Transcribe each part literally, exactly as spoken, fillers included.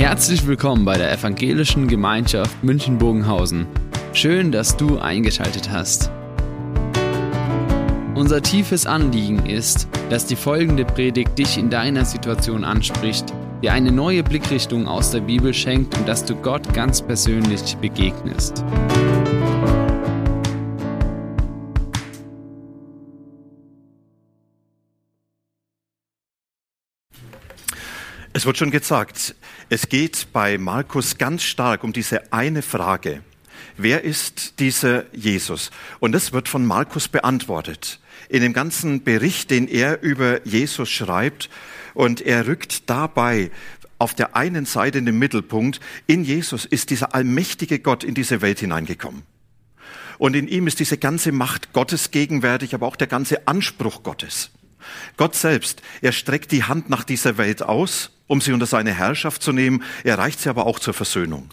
Herzlich willkommen bei der Evangelischen Gemeinschaft München-Bogenhausen. Schön, dass du eingeschaltet hast. Unser tiefes Anliegen ist, dass die folgende Predigt dich in deiner Situation anspricht, dir eine neue Blickrichtung aus der Bibel schenkt und dass du Gott ganz persönlich begegnest. Es wird schon gesagt, es geht bei Markus ganz stark um diese eine Frage. Wer ist dieser Jesus? Und das wird von Markus beantwortet. In dem ganzen Bericht, den er über Jesus schreibt. Und er rückt dabei auf der einen Seite in den Mittelpunkt, in Jesus ist dieser allmächtige Gott in diese Welt hineingekommen. Und in ihm ist diese ganze Macht Gottes gegenwärtig, aber auch der ganze Anspruch Gottes. Gott selbst, er streckt die Hand nach dieser Welt aus, um sie unter seine Herrschaft zu nehmen. Er reicht sie aber auch zur Versöhnung.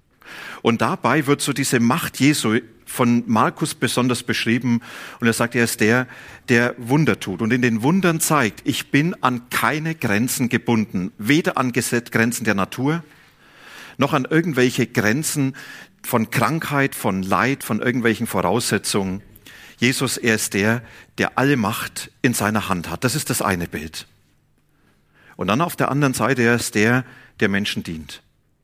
Und dabei wird so diese Macht Jesu von Markus besonders beschrieben. Und er sagt, er ist der, der Wunder tut und in den Wundern zeigt, ich bin an keine Grenzen gebunden. Weder an Grenzen der Natur, noch an irgendwelche Grenzen von Krankheit, von Leid, von irgendwelchen Voraussetzungen. Jesus, er ist der, der alle Macht in seiner Hand hat. Das ist das eine Bild. Und dann auf der anderen Seite, er ist der, der Menschen dient.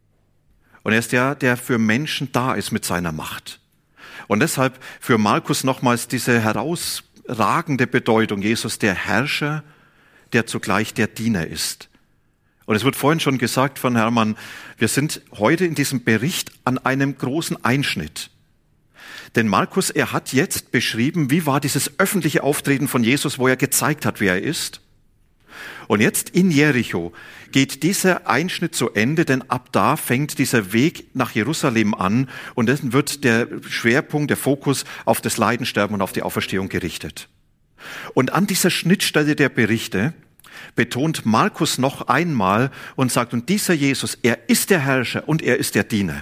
Und er ist der, der für Menschen da ist mit seiner Macht. Und deshalb für Markus nochmals diese herausragende Bedeutung. Jesus, der Herrscher, der zugleich der Diener ist. Und es wird vorhin schon gesagt von Hermann, wir sind heute in diesem Bericht an einem großen Einschnitt. Denn Markus, er hat jetzt beschrieben, wie war dieses öffentliche Auftreten von Jesus, wo er gezeigt hat, wer er ist. Und jetzt in Jericho geht dieser Einschnitt zu Ende, denn ab da fängt dieser Weg nach Jerusalem an und dann wird der Schwerpunkt, der Fokus auf das Leiden, Sterben und auf die Auferstehung gerichtet. Und an dieser Schnittstelle der Berichte betont Markus noch einmal und sagt, und dieser Jesus, er ist der Herrscher und er ist der Diener.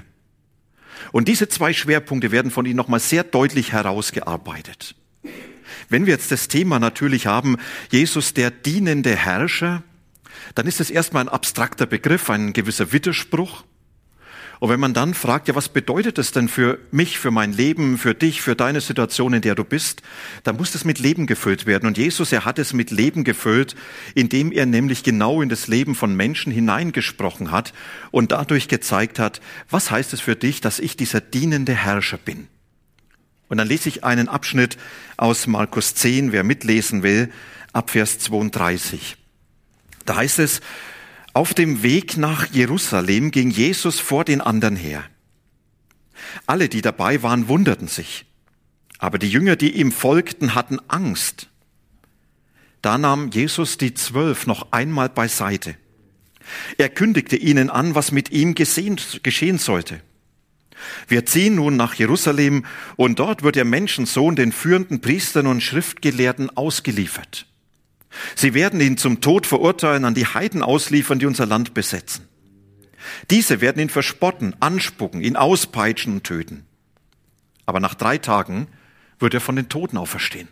Und diese zwei Schwerpunkte werden von ihm nochmal sehr deutlich herausgearbeitet. Wenn wir jetzt das Thema natürlich haben, Jesus der dienende Herrscher, dann ist es erstmal ein abstrakter Begriff, ein gewisser Widerspruch. Und wenn man dann fragt, ja, was bedeutet das denn für mich, für mein Leben, für dich, für deine Situation, in der du bist, dann muss das mit Leben gefüllt werden. Und Jesus, er hat es mit Leben gefüllt, indem er nämlich genau in das Leben von Menschen hineingesprochen hat und dadurch gezeigt hat, was heißt es für dich, dass ich dieser dienende Herrscher bin. Und dann lese ich einen Abschnitt aus Markus zehn, wer mitlesen will, ab Vers zweiunddreißig. Da heißt es, auf dem Weg nach Jerusalem ging Jesus vor den anderen her. Alle, die dabei waren, wunderten sich. Aber die Jünger, die ihm folgten, hatten Angst. Da nahm Jesus die Zwölf noch einmal beiseite. Er kündigte ihnen an, was mit ihm gesehen, geschehen sollte. Wir ziehen nun nach Jerusalem und dort wird der Menschensohn den führenden Priestern und Schriftgelehrten ausgeliefert. Sie werden ihn zum Tod verurteilen, an die Heiden ausliefern, die unser Land besetzen. Diese werden ihn verspotten, anspucken, ihn auspeitschen und töten. Aber nach drei Tagen wird er von den Toten auferstehen.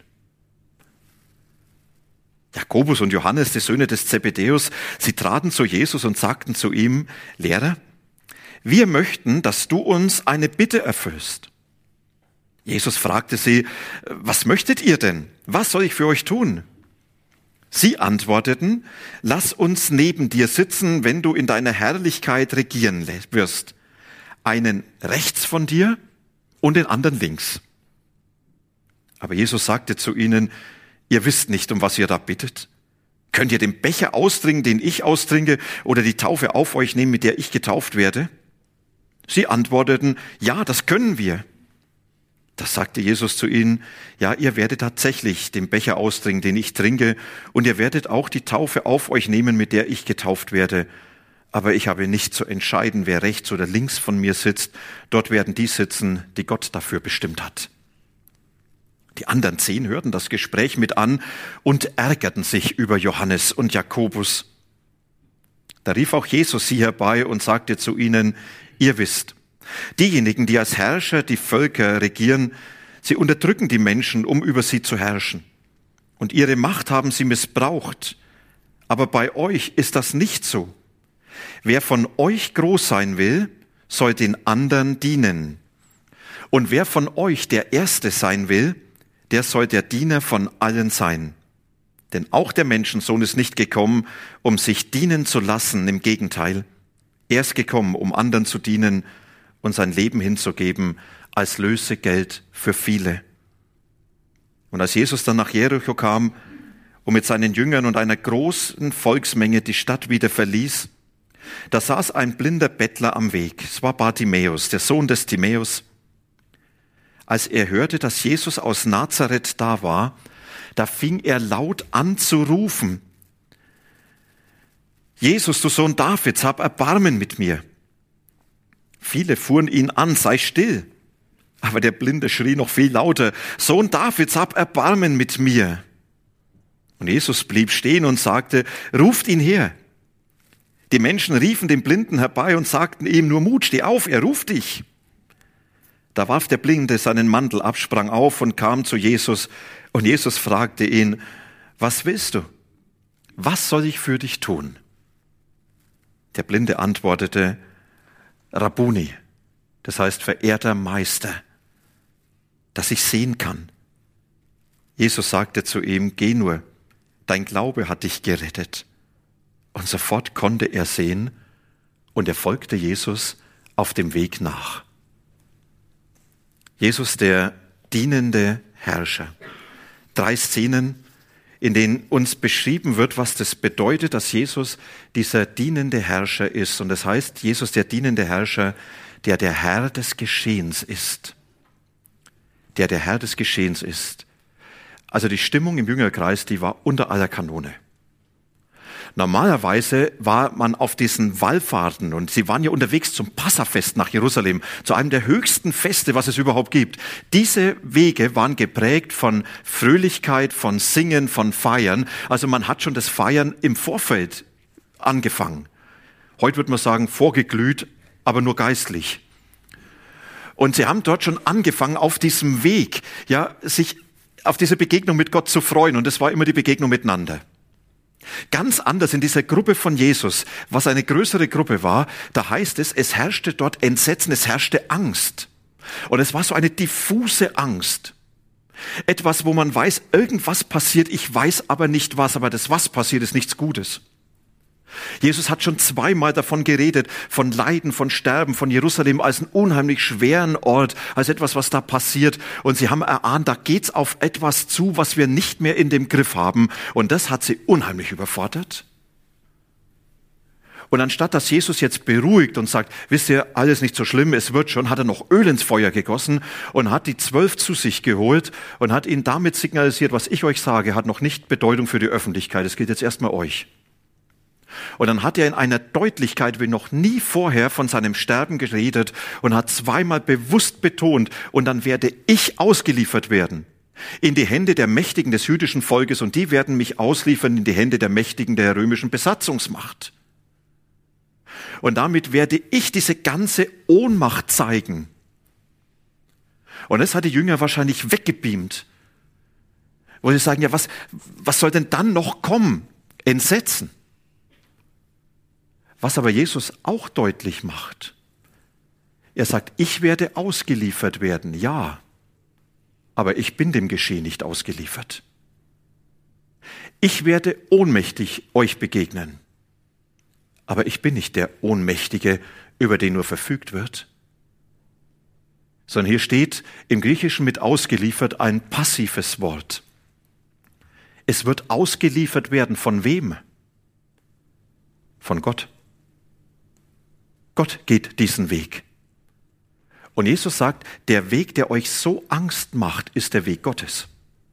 Jakobus und Johannes, die Söhne des Zebedäus, sie traten zu Jesus und sagten zu ihm, Lehrer, wir möchten, dass du uns eine Bitte erfüllst. Jesus fragte sie, was möchtet ihr denn? Was soll ich für euch tun? Sie antworteten, lass uns neben dir sitzen, wenn du in deiner Herrlichkeit regieren wirst. Einen rechts von dir und den anderen links. Aber Jesus sagte zu ihnen, ihr wisst nicht, um was ihr da bittet. Könnt ihr den Becher austrinken, den ich austrinke, oder die Taufe auf euch nehmen, mit der ich getauft werde? Sie antworteten, ja, das können wir. Das sagte Jesus zu ihnen, ja, ihr werdet tatsächlich den Becher austrinken, den ich trinke, und ihr werdet auch die Taufe auf euch nehmen, mit der ich getauft werde. Aber ich habe nicht zu entscheiden, wer rechts oder links von mir sitzt. Dort werden die sitzen, die Gott dafür bestimmt hat. Die anderen zehn hörten das Gespräch mit an und ärgerten sich über Johannes und Jakobus. Da rief auch Jesus sie herbei und sagte zu ihnen, ihr wisst, diejenigen, die als Herrscher die Völker regieren, sie unterdrücken die Menschen, um über sie zu herrschen. Und ihre Macht haben sie missbraucht. Aber bei euch ist das nicht so. wer von euch groß sein will, soll den anderen dienen. Und wer von euch der Erste sein will, der soll der Diener von allen sein. Denn auch der Menschensohn ist nicht gekommen, um sich dienen zu lassen, im Gegenteil. Er ist gekommen, um anderen zu dienen und sein Leben hinzugeben als Lösegeld für viele. Und als Jesus dann nach Jericho kam und mit seinen Jüngern und einer großen Volksmenge die Stadt wieder verließ, da saß ein blinder Bettler am Weg. Es war Bartimäus, der Sohn des Timäus. Als er hörte, dass Jesus aus Nazareth da war, da fing er laut an zu rufen: Jesus, du Sohn Davids, hab Erbarmen mit mir. Viele fuhren ihn an: Sei still. Aber der Blinde schrie noch viel lauter: Sohn Davids, hab Erbarmen mit mir. Und Jesus blieb stehen und sagte: Ruft ihn her. Die Menschen riefen den Blinden herbei und sagten ihm: Nur Mut, steh auf, er ruft dich. Da warf der Blinde seinen Mantel ab, sprang auf und kam zu Jesus. Und Jesus fragte ihn: Was willst du? Was soll ich für dich tun? Der Blinde antwortete: Rabbuni, das heißt verehrter Meister, dass ich sehen kann. Jesus sagte zu ihm: Geh nur, dein Glaube hat dich gerettet. Und sofort konnte er sehen und er folgte Jesus auf dem Weg nach. Jesus, der dienende Herrscher. Drei Szenen, in denen uns beschrieben wird, was das bedeutet, dass Jesus dieser dienende Herrscher ist. Und das heißt, Jesus, der dienende Herrscher, der der Herr des Geschehens ist. Der der Herr des Geschehens ist. Also die Stimmung im Jüngerkreis, die war unter aller Kanone. Normalerweise war man auf diesen Wallfahrten und sie waren ja unterwegs zum Passafest nach Jerusalem, zu einem der höchsten Feste, was es überhaupt gibt. Diese Wege waren geprägt von Fröhlichkeit, von Singen, von Feiern. Also man hat schon das Feiern im Vorfeld angefangen. Heute würde man sagen, vorgeglüht, aber nur geistlich. Und sie haben dort schon angefangen, auf diesem Weg, ja, sich auf diese Begegnung mit Gott zu freuen. Und es war immer die Begegnung miteinander. Ganz anders in dieser Gruppe von Jesus, was eine größere Gruppe war, da heißt es, es herrschte dort Entsetzen, es herrschte Angst. Und es war so eine diffuse Angst. Etwas, wo man weiß, irgendwas passiert, ich weiß aber nicht was, aber das, was passiert, ist nichts Gutes. Jesus hat schon zweimal davon geredet, von Leiden, von Sterben, von Jerusalem als einen unheimlich schweren Ort, als etwas, was da passiert. Und sie haben erahnt, da geht's auf etwas zu, was wir nicht mehr in dem Griff haben. Und das hat sie unheimlich überfordert. Und anstatt dass Jesus jetzt beruhigt und sagt, wisst ihr, alles nicht so schlimm, es wird schon, hat er noch Öl ins Feuer gegossen und hat die Zwölf zu sich geholt und hat ihnen damit signalisiert, was ich euch sage, hat noch nicht Bedeutung für die Öffentlichkeit. Es gilt jetzt erstmal euch. Und dann hat er in einer Deutlichkeit wie noch nie vorher von seinem Sterben geredet und hat zweimal bewusst betont, und dann werde ich ausgeliefert werden in die Hände der Mächtigen des jüdischen Volkes und die werden mich ausliefern in die Hände der Mächtigen der römischen Besatzungsmacht. Und damit werde ich diese ganze Ohnmacht zeigen. Und das hat die Jünger wahrscheinlich weggebeamt. Wo sie sagen, ja, was, was soll denn dann noch kommen? Entsetzen. Was aber Jesus auch deutlich macht, er sagt, ich werde ausgeliefert werden, ja, aber ich bin dem Geschehen nicht ausgeliefert. Ich werde ohnmächtig euch begegnen, aber ich bin nicht der Ohnmächtige, über den nur verfügt wird. Sondern hier steht im Griechischen mit ausgeliefert ein passives Wort. Es wird ausgeliefert werden von wem? Von Gott. Gott geht diesen Weg. Und Jesus sagt, der Weg, der euch so Angst macht, ist der Weg Gottes.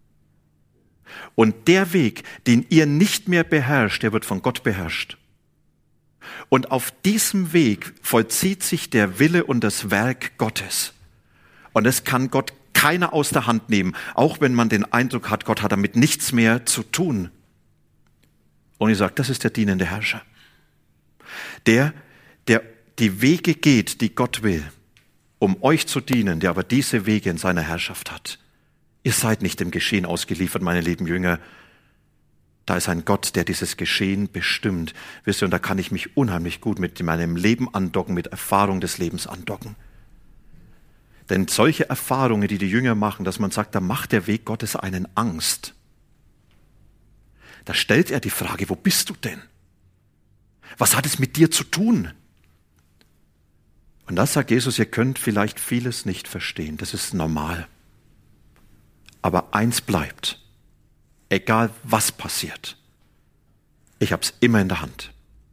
Und der Weg, den ihr nicht mehr beherrscht, der wird von Gott beherrscht. Und auf diesem Weg vollzieht sich der Wille und das Werk Gottes. Und es kann Gott keiner aus der Hand nehmen, auch wenn man den Eindruck hat, Gott hat damit nichts mehr zu tun. Und ich sage, das ist der dienende Herrscher. Der, der die Wege geht, die Gott will, um euch zu dienen, der aber diese Wege in seiner Herrschaft hat. Ihr seid nicht dem Geschehen ausgeliefert, meine lieben Jünger. Da ist ein Gott, der dieses Geschehen bestimmt. Wisst ihr, und da kann ich mich unheimlich gut mit meinem Leben andocken, mit Erfahrung des Lebens andocken. Denn solche Erfahrungen, die die Jünger machen, dass man sagt, da macht der Weg Gottes einen Angst. Da stellt er die Frage, wo bist du denn? Was hat es mit dir zu tun? Und da sagt Jesus, ihr könnt vielleicht vieles nicht verstehen, das ist normal. Aber eins bleibt, egal was passiert, ich habe es immer in der Hand.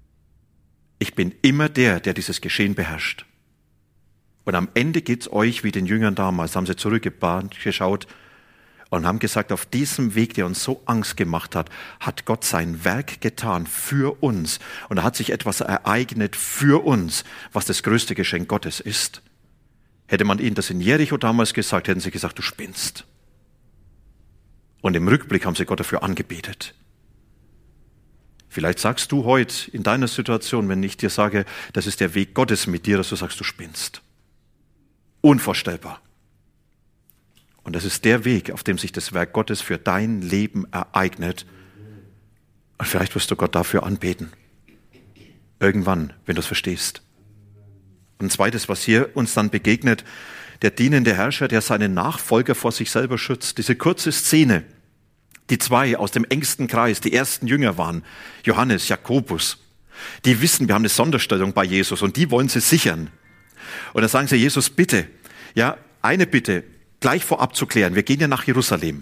Ich bin immer der, der dieses Geschehen beherrscht. Und am Ende geht es euch wie den Jüngern damals, haben sie zurückgeschaut und haben gesagt, auf diesem Weg, der uns so Angst gemacht hat, hat Gott sein Werk getan für uns. Und da hat sich etwas ereignet für uns, was das größte Geschenk Gottes ist. Hätte man ihnen das in Jericho damals gesagt, hätten sie gesagt, du spinnst. Und im Rückblick haben sie Gott dafür angebetet. Vielleicht sagst du heute in deiner Situation, wenn ich dir sage, das ist der Weg Gottes mit dir, dass du sagst, du spinnst. Unvorstellbar. Und das ist der Weg, auf dem sich das Werk Gottes für dein Leben ereignet. Und vielleicht wirst du Gott dafür anbeten. Irgendwann, wenn du es verstehst. Und ein zweites, was hier uns dann begegnet, der dienende Herrscher, der seinen Nachfolger vor sich selber schützt. Diese kurze Szene, die zwei aus dem engsten Kreis, die ersten Jünger waren, Johannes, Jakobus, die wissen, wir haben eine Sonderstellung bei Jesus und die wollen sie sichern. Und da sagen sie, Jesus, bitte, ja, eine Bitte, gleich vorab zu klären, wir gehen ja nach Jerusalem.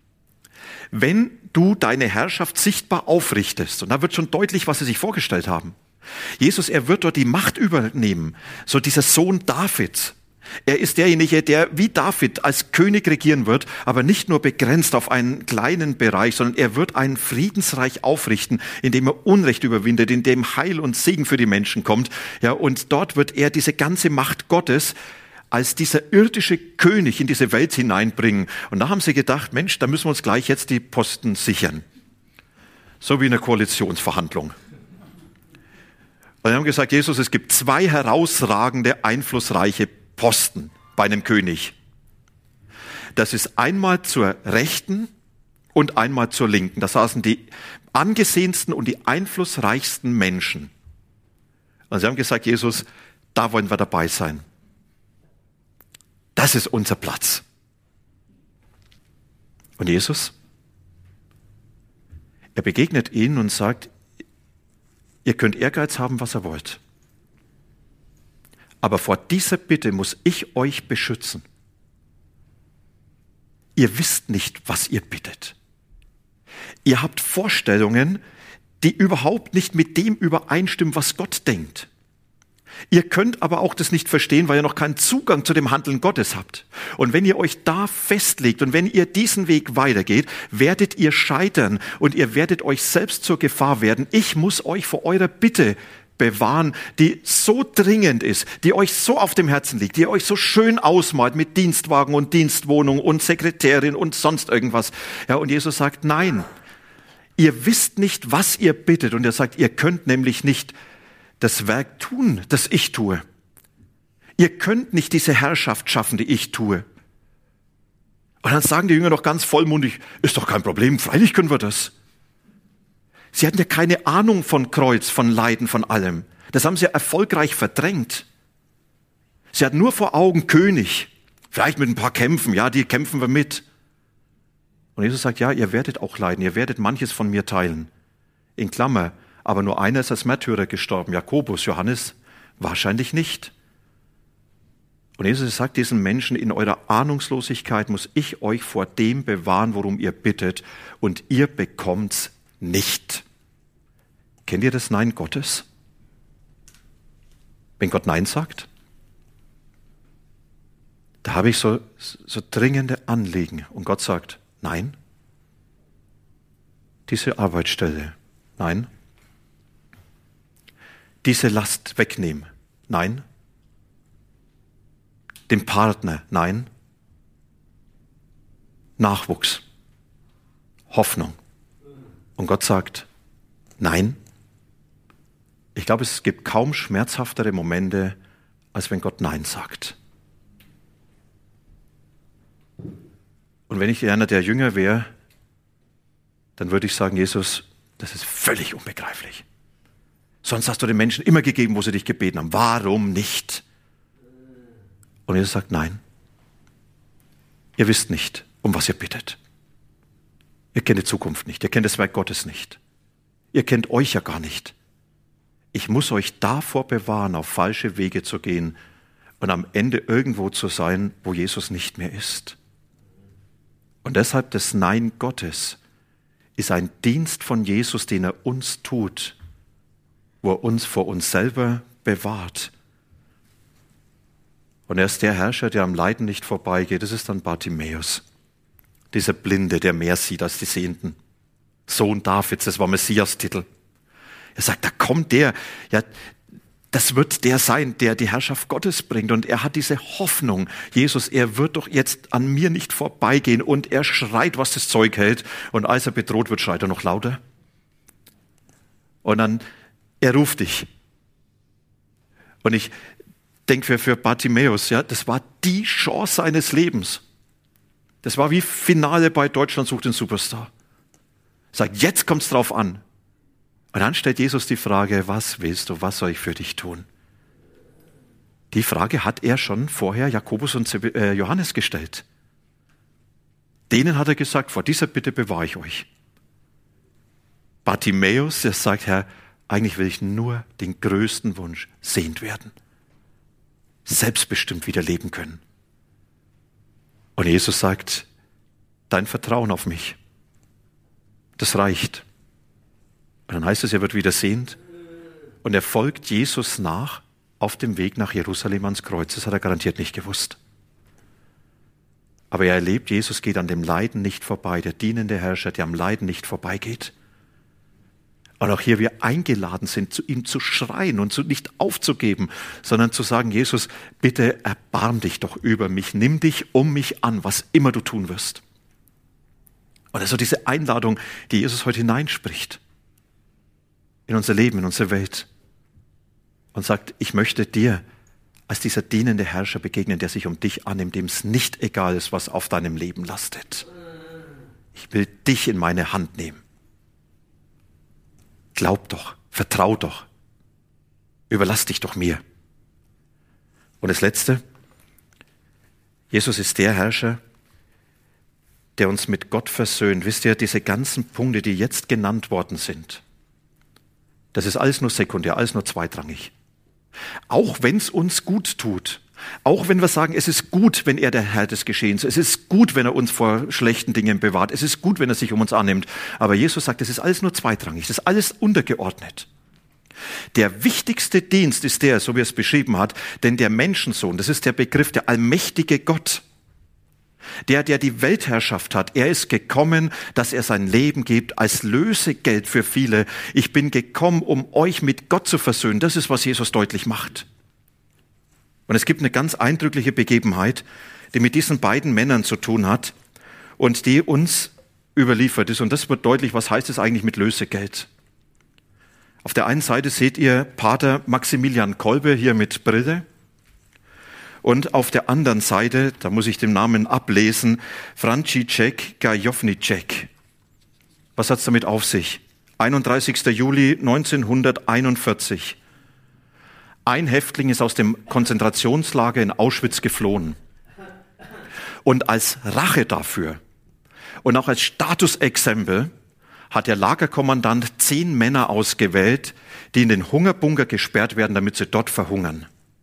Wenn du deine Herrschaft sichtbar aufrichtest, und da wird schon deutlich, was sie sich vorgestellt haben. Jesus, er wird dort die Macht übernehmen, so dieser Sohn Davids. Er ist derjenige, der wie David als König regieren wird, aber nicht nur begrenzt auf einen kleinen Bereich, sondern er wird ein Friedensreich aufrichten, in dem er Unrecht überwindet, in dem Heil und Segen für die Menschen kommt. Ja, und dort wird er diese ganze Macht Gottes als dieser irdische König in diese Welt hineinbringen. Und da haben sie gedacht, Mensch, da müssen wir uns gleich jetzt die Posten sichern. So wie in einer Koalitionsverhandlung. Und sie haben gesagt, Jesus, es gibt zwei herausragende, einflussreiche Posten bei einem König. Das ist einmal zur Rechten und einmal zur Linken. Da saßen die angesehensten und die einflussreichsten Menschen. Und sie haben gesagt, Jesus, da wollen wir dabei sein. Das ist unser Platz. Und Jesus, er begegnet ihnen und sagt, ihr könnt Ehrgeiz haben, was ihr wollt. Aber vor dieser Bitte muss ich euch beschützen. Ihr wisst nicht, was ihr bittet. Ihr habt Vorstellungen, die überhaupt nicht mit dem übereinstimmen, was Gott denkt. Ihr könnt aber auch das nicht verstehen, weil ihr noch keinen Zugang zu dem Handeln Gottes habt. Und wenn ihr euch da festlegt und wenn ihr diesen Weg weitergeht, werdet ihr scheitern und ihr werdet euch selbst zur Gefahr werden. Ich muss euch vor eurer Bitte bewahren, die so dringend ist, die euch so auf dem Herzen liegt, die ihr euch so schön ausmalt mit Dienstwagen und Dienstwohnung und Sekretärin und sonst irgendwas. Ja, und Jesus sagt, nein, ihr wisst nicht, was ihr bittet. Und er sagt, ihr könnt nämlich nicht das Werk tun, das ich tue. Ihr könnt nicht diese Herrschaft schaffen, die ich tue. Und dann sagen die Jünger doch ganz vollmundig, ist doch kein Problem, freilich können wir das. Sie hatten ja keine Ahnung von Kreuz, von Leiden, von allem. Das haben sie erfolgreich verdrängt. Sie hatten nur vor Augen König, vielleicht mit ein paar Kämpfen, ja, die kämpfen wir mit. Und Jesus sagt, ja, ihr werdet auch leiden, ihr werdet manches von mir teilen. In Klammer, aber nur einer ist als Märtyrer gestorben, Jakobus, Johannes wahrscheinlich nicht. Und Jesus sagt diesen Menschen, in eurer Ahnungslosigkeit muss ich euch vor dem bewahren, worum ihr bittet, und ihr bekommt's nicht. Kennt ihr das Nein Gottes? Wenn Gott Nein sagt, da habe ich so, so dringende Anliegen. Und Gott sagt, nein. Diese Arbeitsstelle, nein. Diese Last wegnehmen, nein. Den Partner, nein. Nachwuchs, Hoffnung. Und Gott sagt, nein. Ich glaube, es gibt kaum schmerzhaftere Momente, als wenn Gott Nein sagt. Und wenn ich einer der Jünger wäre, dann würde ich sagen, Jesus, das ist völlig unbegreiflich. Sonst hast du den Menschen immer gegeben, wo sie dich gebeten haben. Warum nicht? Und Jesus sagt, nein. Ihr wisst nicht, um was ihr bittet. Ihr kennt die Zukunft nicht. Ihr kennt das Werk Gottes nicht. Ihr kennt euch ja gar nicht. Ich muss euch davor bewahren, auf falsche Wege zu gehen und am Ende irgendwo zu sein, wo Jesus nicht mehr ist. Und deshalb das Nein Gottes ist ein Dienst von Jesus, den er uns tut, wo er uns vor uns selber bewahrt. Und er ist der Herrscher, der am Leiden nicht vorbeigeht. Das ist dann Bartimäus, dieser Blinde, der mehr sieht als die Sehenden. Sohn Davids, das war Messias-Titel. Er sagt, da kommt der, ja, das wird der sein, der die Herrschaft Gottes bringt. Und er hat diese Hoffnung, Jesus, er wird doch jetzt an mir nicht vorbeigehen. Und er schreit, was das Zeug hält. Und als er bedroht wird, schreit er noch lauter. Und dann, er ruft dich. Und ich denke für, für Bartimäus, ja, das war die Chance seines Lebens. Das war wie Finale bei Deutschland sucht den Superstar. Sagt, jetzt kommt's drauf an. Und dann stellt Jesus die Frage, was willst du, was soll ich für dich tun? Die Frage hat er schon vorher Jakobus und Johannes gestellt. Denen hat er gesagt, vor dieser Bitte bewahre ich euch. Bartimäus, der sagt, Herr, eigentlich will ich nur den größten Wunsch, sehend werden. Selbstbestimmt wieder leben können. Und Jesus sagt, dein Vertrauen auf mich, das reicht. Und dann heißt es, er wird wieder sehend und er folgt Jesus nach auf dem Weg nach Jerusalem ans Kreuz. Das hat er garantiert nicht gewusst. Aber er erlebt, Jesus geht an dem Leiden nicht vorbei, der dienende Herrscher, der am Leiden nicht vorbeigeht. Und auch hier wir eingeladen sind, zu ihm zu schreien und zu nicht aufzugeben, sondern zu sagen, Jesus, bitte erbarm dich doch über mich, nimm dich um mich an, was immer du tun wirst. Und also diese Einladung, die Jesus heute hineinspricht in unser Leben, in unsere Welt und sagt, ich möchte dir als dieser dienende Herrscher begegnen, der sich um dich annimmt, dem es nicht egal ist, was auf deinem Leben lastet. Ich will dich in meine Hand nehmen. Glaub doch, vertrau doch, überlass dich doch mir. Und das Letzte, Jesus ist der Herrscher, der uns mit Gott versöhnt. Wisst ihr, diese ganzen Punkte, die jetzt genannt worden sind, das ist alles nur sekundär, alles nur zweitrangig. Auch wenn es uns gut tut, auch wenn wir sagen, es ist gut, wenn er der Herr des Geschehens ist, es ist gut, wenn er uns vor schlechten Dingen bewahrt, es ist gut, wenn er sich um uns annimmt. Aber Jesus sagt, es ist alles nur zweitrangig, das ist alles untergeordnet. Der wichtigste Dienst ist der, so wie er es beschrieben hat, denn der Menschensohn, das ist der Begriff, der allmächtige Gott, der, der die Weltherrschaft hat, er ist gekommen, dass er sein Leben gibt als Lösegeld für viele. Ich bin gekommen, um euch mit Gott zu versöhnen. Das ist, was Jesus deutlich macht. Und es gibt eine ganz eindrückliche Begebenheit, die mit diesen beiden Männern zu tun hat und die uns überliefert ist. Und das wird deutlich, was heißt es eigentlich mit Lösegeld. Auf der einen Seite seht ihr Pater Maximilian Kolbe hier mit Brille. Und auf der anderen Seite, da muss ich den Namen ablesen, Franciszek Gajowniczek. Was hat's damit auf sich? einunddreißigster Juli neunzehnhunderteinundvierzig. Ein Häftling ist aus dem Konzentrationslager in Auschwitz geflohen. Und als Rache dafür und auch als Statusexempel hat der Lagerkommandant zehn Männer ausgewählt, die in den Hungerbunker gesperrt werden, damit sie dort verhungern.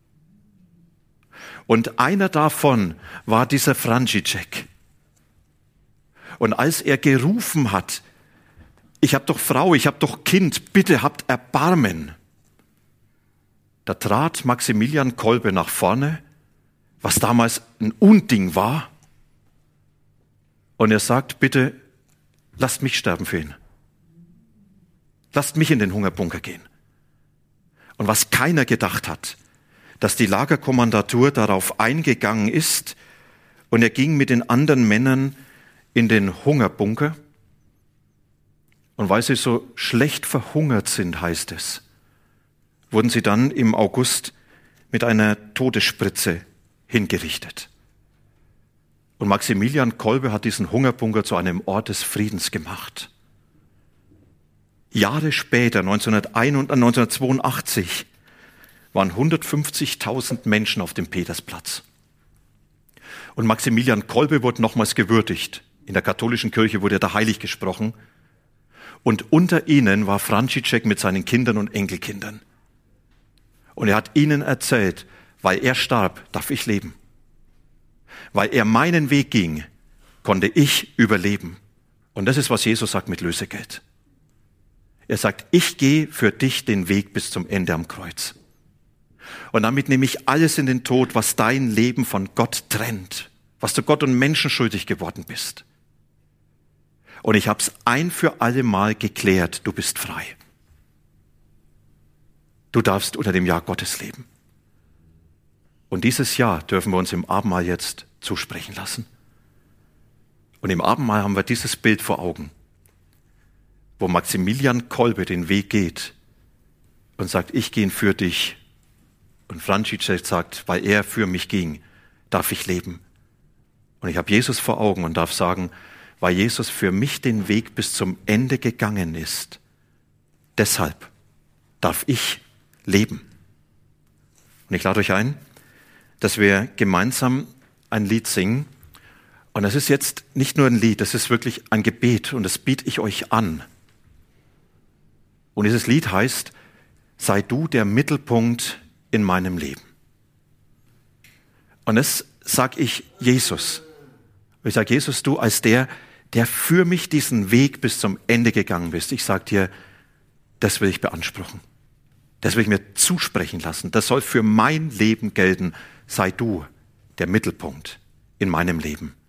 Und einer davon war dieser Franciszek. Und als er gerufen hat, ich habe doch Frau, ich habe doch Kind, bitte habt Erbarmen. Da trat Maximilian Kolbe nach vorne, was damals ein Unding war. Und er sagt, bitte lasst mich sterben für ihn. Lasst mich in den Hungerbunker gehen. Und was keiner gedacht hat, dass die Lagerkommandatur darauf eingegangen ist und er ging mit den anderen Männern in den Hungerbunker. Und weil sie so schlecht verhungert sind, heißt es, wurden sie dann im August mit einer Todesspritze hingerichtet. Und Maximilian Kolbe hat diesen Hungerbunker zu einem Ort des Friedens gemacht. Jahre später, neunzehnhundertzweiundachtzig, waren hundertfünfzigtausend Menschen auf dem Petersplatz. Und Maximilian Kolbe wurde nochmals gewürdigt. In der katholischen Kirche wurde er da heilig gesprochen. Und unter ihnen war František mit seinen Kindern und Enkelkindern. Und er hat ihnen erzählt, weil er starb, darf ich leben. Weil er meinen Weg ging, konnte ich überleben. Und das ist, was Jesus sagt mit Lösegeld. Er sagt, ich gehe für dich den Weg bis zum Ende am Kreuz. Und damit nehme ich alles in den Tod, was dein Leben von Gott trennt, was du Gott und Menschen schuldig geworden bist. Und ich habe es ein für alle Mal geklärt, du bist frei. Du darfst unter dem Ja Gottes leben. Und dieses Ja dürfen wir uns im Abendmahl jetzt zusprechen lassen. Und im Abendmahl haben wir dieses Bild vor Augen, wo Maximilian Kolbe den Weg geht und sagt, ich gehe für dich. Und František sagt, weil er für mich ging, darf ich leben. Und ich habe Jesus vor Augen und darf sagen, weil Jesus für mich den Weg bis zum Ende gegangen ist, deshalb darf ich leben. Und ich lade euch ein, dass wir gemeinsam ein Lied singen. Und das ist jetzt nicht nur ein Lied, das ist wirklich ein Gebet und das biete ich euch an. Und dieses Lied heißt, sei du der Mittelpunkt in meinem Leben. Und das sage ich Jesus. Ich sage Jesus, du als der, der für mich diesen Weg bis zum Ende gegangen bist. Ich sage dir, das will ich beanspruchen. Das will ich mir zusprechen lassen. Das soll für mein Leben gelten. Sei du der Mittelpunkt in meinem Leben.